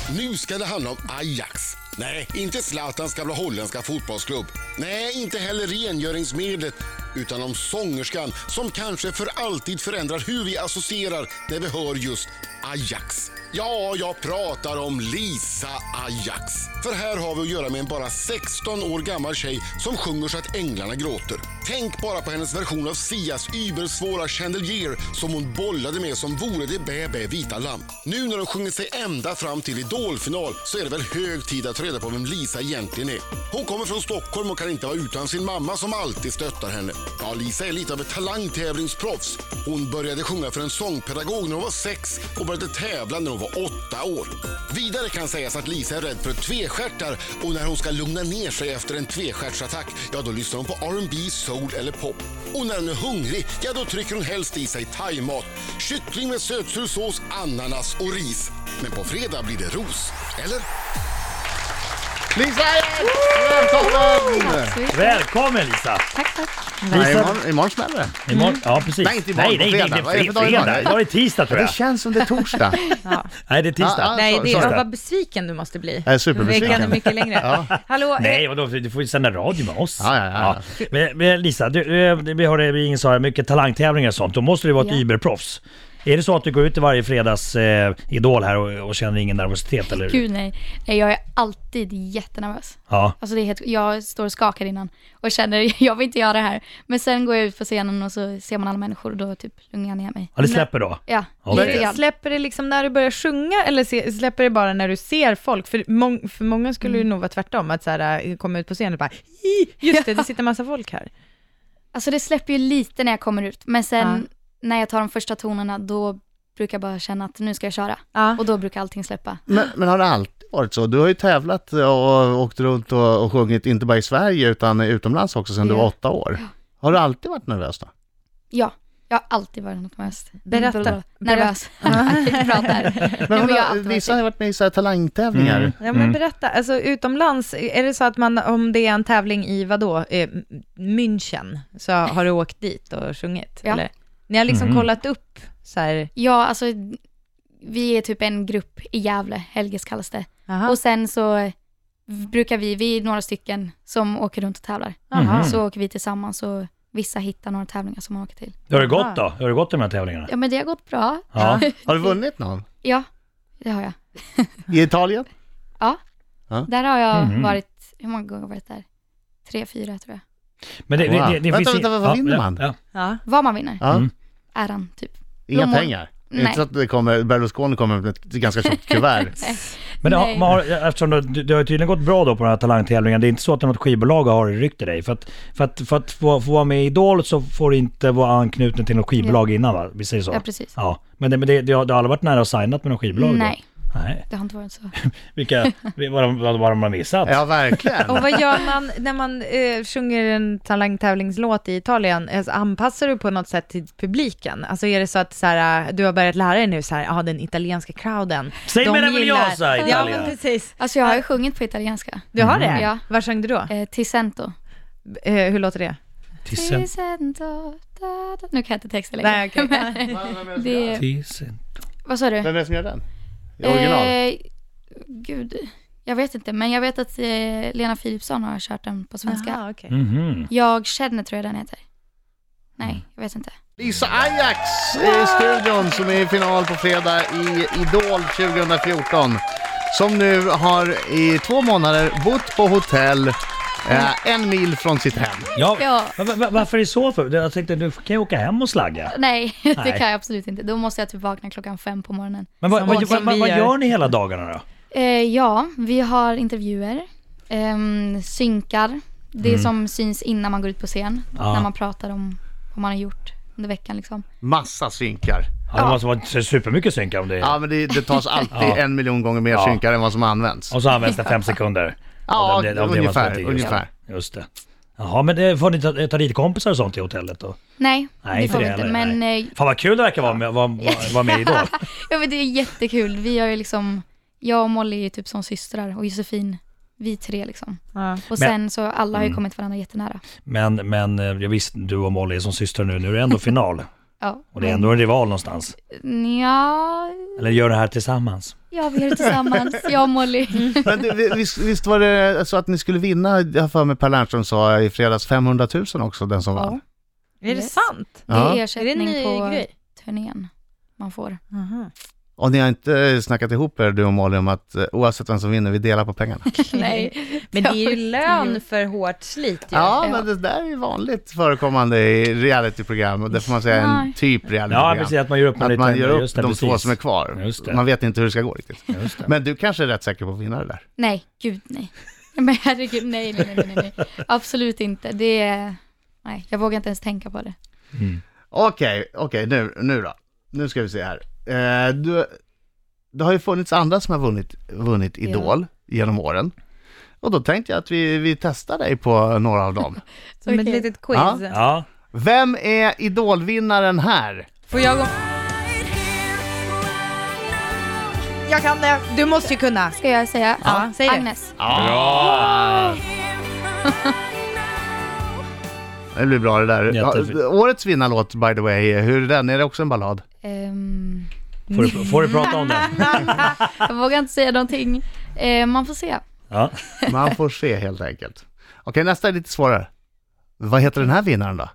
Nu ska det handla om Ajax. Nej, inte Zlatans gamla holländska fotbollsklubb. Nej, inte heller rengöringsmedlet. Utan om sångerskan som kanske för alltid förändrar hur vi associerar när vi hör just Ajax. Ja, jag pratar om Lisa Ajax. För här har vi att göra med en bara 16 år gammal tjej som sjunger så att änglarna gråter. Tänk bara på hennes version av Sias ybersvåra Chandelier som hon bollade med som vore det bäbä vita lamm. Nu när hon sjunger sig ända fram till idolfinal så är det väl hög tid att ta reda på vem Lisa egentligen är. Hon kommer från Stockholm och kan inte vara utan sin mamma som alltid stöttar henne. Ja, Lisa är lite av ett talangtävlingsproffs. Hon började sjunga för en sångpedagog när hon var 6 och började tävla när hon var 8 år. Vidare kan sägas att Lisa är rädd för tvestjärtar och när hon ska lugna ner sig efter en tvestjärtsattack, ja då lyssnar hon på R&B, soul eller pop. Och när hon är hungrig, ja då trycker hon helst i sig thaimat. Kyckling med sötsursås, ananas och ris. Men på fredag blir det ros, eller? Lisa Ajax! Välkommen! Välkommen Lisa! Tack. Nej, imorgon smäller det. Imorgon, ja precis. Nej, inte imorgon, nej, på fredag. Vad är det för dag imorgon? fredag. Idag är det tisdag tror jag. Det känns som det är torsdag. Ja. Nej, det är tisdag. Ja, Nej, det så- är vad besviken du måste bli. Jag är superbesviken. Veckan är mycket längre. Hallå, Nej, vadå? Du får ju sända radio med oss. Ja. Men Lisa, vi har ingen sa mycket talangtävlingar och sånt. Då måste du vara ett überproffs. Är det så att du går ut i varje fredags idol här och känner ingen nervositet? Eller? Gud nej, jag är alltid jättenervös. Ja. Alltså det är jag står och skakar innan och känner, jag vill inte göra det här. Men sen går jag ut på scenen och så ser man alla människor och då typ lugnar jag ner mig. Ja, det släpper då? Ja, Okej. lite grann. släpper det liksom när du börjar sjunga eller släpper det bara när du ser folk? För många skulle ju nog vara tvärtom, att så här, komma ut på scenen och bara, just det sitter massa folk här. Alltså det släpper ju lite när jag kommer ut. Men sen när jag tar de första tonerna då brukar jag bara känna att nu ska jag köra. Ja. Och då brukar allting släppa. Men har det alltid varit så? Du har ju tävlat och åkt runt och sjungit inte bara i Sverige utan utomlands också sedan du var 8 år. Har du alltid varit nervös då? Ja, jag har alltid varit nervös. Berätta. Nervös. Jag inte pratar. Men jag har alltid vissa har varit med i så här talangtävlingar. Ja, men berätta, alltså utomlands, är det så att man, om det är en tävling i vadå, München, så har du åkt dit och sjungit? Ja. Eller? Ni har liksom kollat upp så här. Ja, alltså vi är typ en grupp i Gävle, Helges kallas det. Aha. Och sen så brukar vi är några stycken som åker runt och tävlar. Aha. Så åker vi tillsammans och vissa hittar några tävlingar som man åker till. Hur har det gått då? Hur har det gått i de här tävlingarna? Ja, men det har gått bra. Ja. Har du vunnit någon? Ja, det har jag. I Italien? Ja, Ja. där har jag varit, hur många gånger har jag varit där? 3-4 tror jag. Men det Vänta, finns vad vinner man? Ja. Ja. Vad man vinner. Ja. Äran, typ. Inga Blommor. pengar? Nej. Inte så att det kommer, Berlusconi kommer med ett ganska tjockt kuvert. Men Nej. eftersom det har tydligen gått bra då på den här talangtävlingen, det är inte så att något skivbolag har ryckt i dig. För att få vara med i Idol så får du inte vara anknuten till något skivbolag innan, va? Vi säger så. Ja, precis. Ja. Men det har aldrig varit nära att signat med något skivbolag? Nej, Då? Nej. det har inte varit så. Vad har man missat? Ja, verkligen. Och vad gör man när man sjunger en talangtävlingslåt i Italien? Alltså, anpassar du på något sätt till publiken? Alltså är det så att så här, du har börjat lära dig nu så här, den italienska crowden. Säg mig det vill jag säga, Ja, Italien. men precis. Alltså jag har ju sjungit på italienska. Du har det? Ja. Vad sjöng du då? Tisento. Hur låter det? Tisento. Da, da. Nu kan jag inte texta längre. Nej, okej. Det, vad sa du? Vem är det som gör den? I original? Gud, jag vet inte. Men jag vet att Lena Philipsson har kört den på svenska. Aha, okay. Jag känner, tror jag den heter. Nej, jag vet inte. Lisa Ajax i studion som är i final på fredag i Idol 2014. Som nu har i 2 månader bott på hotell 1 mil från sitt hem. Ja. Ja. Varför är det så? För? Jag tänkte du kan ju åka hem och slagga. Nej, det Nej. kan jag absolut inte. Då måste jag typ vakna 5 på morgonen. Men Som vi vad gör. gör ni hela dagarna då? Ja, vi har intervjuer, synkar. Det som syns innan man går ut på scen. Ja. När man pratar om vad man har gjort under veckan liksom. Massa synkar. Ja, det måste vara supermycket synkar om det är. Ja, men det tas alltid Ja. 1 miljon gånger mer synkar än vad som används. Och så används det 5 sekunder. Ja, Av det man ungefär. ska ungefär. Just det. Jaha, men får ni ta dit kompisar och sånt till hotellet då? Nej, Nej, det får vi heller, inte. Men, nej. Fan vad kul det verkar vara med i Idol. ja, men det är jättekul. Vi har ju liksom, jag och Molly är ju typ som systrar och Josefin, vi 3 liksom. Ja. Och sen så alla har ju kommit varandra jättenära. Men jag visste du och Molly är som syster nu är det ändå final. Ja. Och det är ändå en rival någonstans. Ja, Eller gör det här tillsammans. ja, vi gör det tillsammans. Jag och Molly. Men visst var det så att ni skulle vinna, jag för mig Per Lernström sa i fredags 500 000 också, den som vann. Är det sant? Det Ja. är ersättning Är det en ny på grej? turnén man får. Och ni har inte snackat ihop er, du och Molly, om att oavsett vem som vinner, vi delar på pengarna. Nej. Men det är ju lön för hårt slit ju. Ja, men det där är ju vanligt förekommande i realityprogram, och det får man säga en Nej. typ Ja, realityprogram. precis, att man gör upp med Att lite. man gör upp just det, de precis. två som är kvar. Just det. Man vet inte hur det ska gå riktigt. Just det. Men du kanske är rätt säker på att vinna det där. Nej, gud nej. Men herregud, nej. Absolut inte. Det är... Nej, jag vågar inte ens tänka på det. Okej, nu då. Nu ska vi se här. Det har ju funnits andra som har vunnit Idol genom åren. Och då tänkte jag att vi testar dig på några av dem. Som ett Okej. litet quiz. Ja. Ja. Vem är Idolvinnaren här? Får jag gå? Jag kan det. Du måste ju kunna. Ska jag säga? Ja, säg det. Agnes. Bra! Det blir bra det där. Ja, Jättefint. årets vinnarlåt, by the way, hur är den? Är det också en ballad? Får du prata om det? Jag vågar inte säga någonting. Man får se. Ja. Man får se helt enkelt. Okej, nästa är lite svårare. Vad heter den här vinnaren då?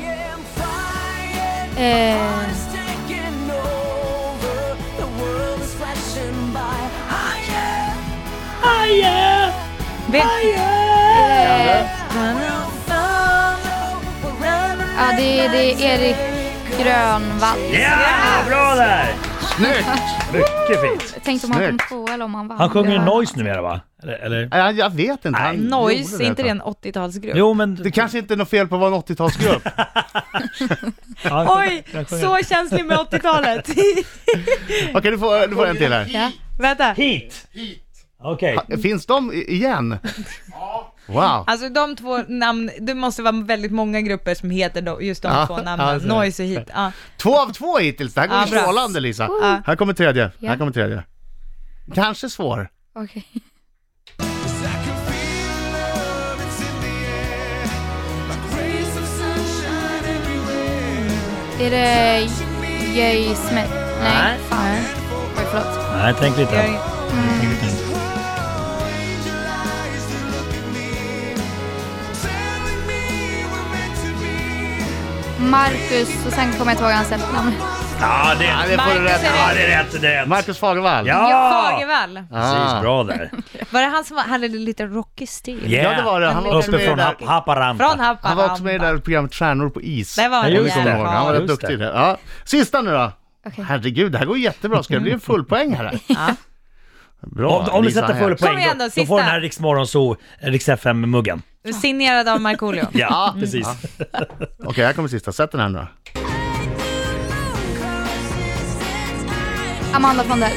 Ja, det är Erik Grönvall. Ja, bra där! Snyggt! Mycket fint. Jag tänkte om han kom Snyggt. 2 eller om han vann. Han sjunger Det var- Noise numera, va? Eller? Jag vet inte. Han Noise, gjorde är inte det ett tag. en 80-talsgrupp? Jo, men... Det kanske inte är något fel på att vara en 80-talsgrupp. Ja, Oj, han sjunger. så känslig med 80-talet. Okej, du får en till här. Ja. Vänta. Hit! Okej. Finns de igen? Wow. Alltså de två namn, det måste vara väldigt många grupper som heter just de Ja, två namnen. alltså. Noise och hit. Ja. 2 av 2 hittills. Det här går Ja, ju bra. strålande, Lisa. Ja. Här kommer tredje. Ja. Här kommer tredje. Kanske svår. Okej. Är det Jay Smith? Nej. Nej, fan. Oj, förlåt. Nej, tänk lite. Jag- Marcus, och sen kommer jag inte ihåg hans efternamn. Ja, det får du rätt. Ja, det är rätt. Det är rätt. Marcus Fagervall. Ja! Fagervall. Precis, bra där. Var det han som hade lite rockig stil? Ja, det var det. Han var också Uppe med från där. Haparanda. Från Haparanda. Han var också med i det där programmet Stjärnor på is. Det var Ja, han just Kommer det. ihåg. Han var rätt Just duktig i det. det. Ja. Sista nu då. Okej. Herregud, det här går jättebra. Ska det bli en full poäng här? Ja. Bra. Om du Lisa sätter här. full Kom poäng, igen då, då sista. får den här Riks Morgonzoo, Riks FM-muggen. Signerad av Markoolio. Ja, precis. Okej, här kommer sista. Sätt den här nu då. Amanda Fondell.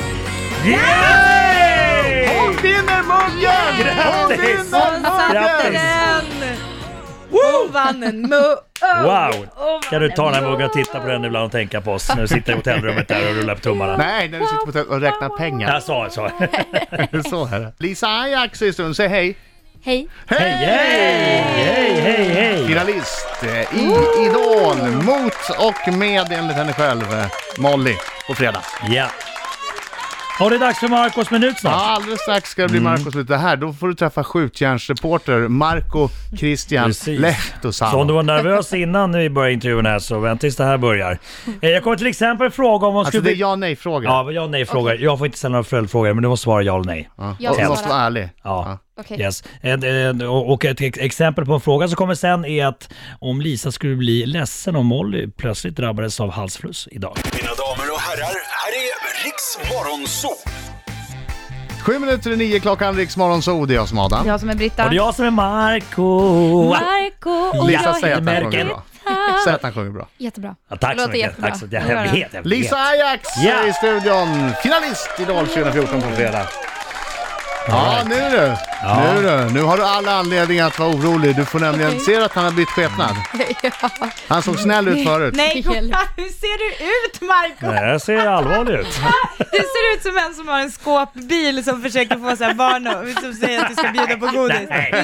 Yay! Hon vinner muggen! Hon Grattis! vinner Hon satte muggen! den! Hon vann en Wow! Kan du ta den här muggen och titta på den ibland och tänka på oss när du sitter i hotellrummet där och rullar på tummarna? Nej, när du sitter på hotellet och räknar pengar. Jag sa. Så här. Lisa Ajax i stund, säg hej. Hej. Hej, hej, hej, hej! Finalist i Idol mot och med, enligt henne själv, Molly på fredag. Ja. Och det är dags för Marcos minut snart. Ja, alldeles strax ska det bli Marcos lite här. Då får du träffa skjutjärnsreporter Marco Christian Precis. Lehtosalo. Så om du var nervös innan vi började intervjun här så vänta tills det här börjar. Jag kommer till exempel fråga om man Alltså skulle... det är ja-nej-frågor. Ja, ja nej-frågor. Jag får inte ställa några följdfrågor men du måste svara ja eller nej. Ja. Jag Och du måste svarar. vara ärlig. Ja. Okej. Yes. Och ett exempel på en fråga som kommer sen är att om Lisa skulle bli ledsen om Molly plötsligt drabbades av halsfluss idag. Mina damer och herrar, här är Riks Morgonzoo. 7:07 klockan, Riks Morgonzoo, det är jag som Adam. Jag som är Britta. Och det är jag som är Marco. Marco och Lisa jag säger att han sjunger märker. bra. Säg att han sjunger bra. Jättebra. Ja, tack så Låter mycket. jättebra. Tack så mycket. Jag vet. Lisa Ajax Ja. är i studion. Finalist i Idol 2014 på fredag. Ja, nu du. Nu har du alla anledningar att vara orolig. Du får nämligen se att han har bytt skepnad. Han såg snäll ut förut. Nej, hur ser du ut, Marco? Nej, jag ser allvarlig ut. Du ser ut som en som har en skåpbil som försöker få så här barn och som säger att du ska bjuda på godis.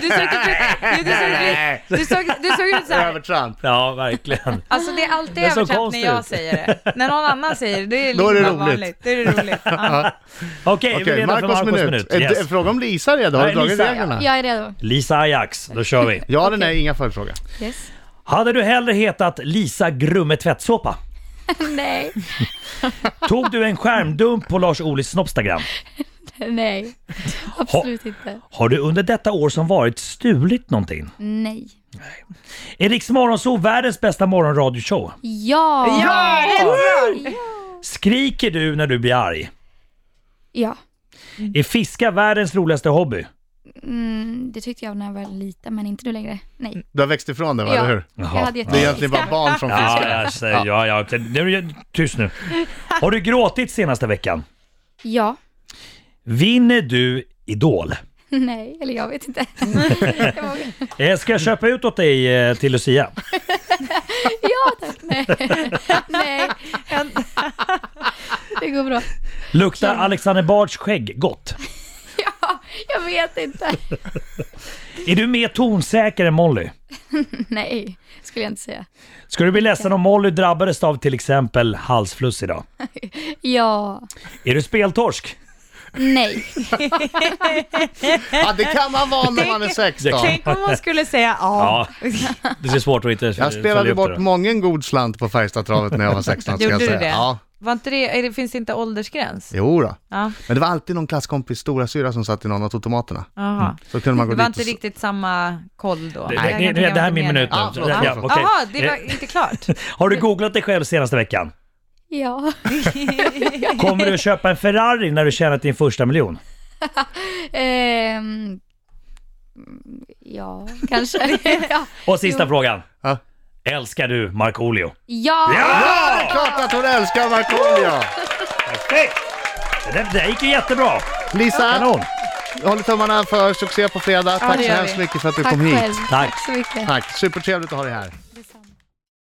Du såg ut så här. Övertramp. Ja, verkligen. Alltså det är alltid Det är så övertramp när konstigt. jag säger det. När någon annan säger det, det är Då är det liksom roligt. vanligt. Det är det roligt. Ja. Okej, vi är redo för Marcos minut. Yes. En fråga om Lisa redan. Har du Nej, dragit Lisa. reglerna? Jag är redo. Lisa Ajax, då kör vi. Ja eller nej, inga följdfrågor. Yes. Hade du hellre hetat Lisa Grumme tvättsåpa? Nej. Tog du en skärmdump på Lars Olis Snopstagram? Nej. Absolut inte. Har du under detta år som varit stulit någonting? Nej. Är Riks Morgonzoo världens bästa morgonradioshow? Ja. Ja! Skriker du när du blir arg? Ja. Är fiska världens roligaste hobby? Det tyckte jag när jag var liten, men inte nu längre. Nej. Du har växt ifrån det, va? Ja. Eller hur? Jag hade Det är egentligen bara barn som fiskar. Ja, jag säger, ja. Nu är du tyst nu. Har du gråtit senaste veckan? Ja. Vinner du Idol? Nej, eller jag vet inte. Ska jag köpa ut åt dig till Lucia? Ja, tack. Nej. Nej. Det går bra. Luktar Alexander Bards skägg gott? Ja, jag vet inte. Är du mer tonsäker än Molly? Nej, skulle jag inte säga. Ska du bli ledsen om Molly drabbades av till exempel halsfluss idag? Ja. Är du speltorsk? Nej. Ja, det kan man vara när man är 16. Tänk om hon skulle säga ja. Ja, det är svårt att inte Jag spelade bort många god slant på Färjestadtravet när jag var 16, ska jag Gjorde du säga. det? Ja. Var inte det finns inte åldersgräns? Jo då. Ja. Men det var alltid någon klasskompis stora syra som satt i någon av tomaterna. Aha. Så kunde man gå Det var dit inte riktigt samma koll då. Det här är min minut nu. Ja, förlåt. Ja, okej. Jaha, det var inte klart. Har du googlat dig själv senaste veckan? Ja. Kommer du att köpa en Ferrari när du tjänat din första miljon? Ja, kanske. Ja. Och sista frågan. Ja. Älskar du Markoolio? Ja. Ja, det är klart att hon älskar Markoolio. Perfekt! Det gick ju jättebra. Lisa, Kanon. jag håller tummarna för succé på fredag. Tack det så gör hemskt vi. mycket för att du Tack kom hit. själv. Tack. Så mycket. Tack, supertrevligt att ha dig här.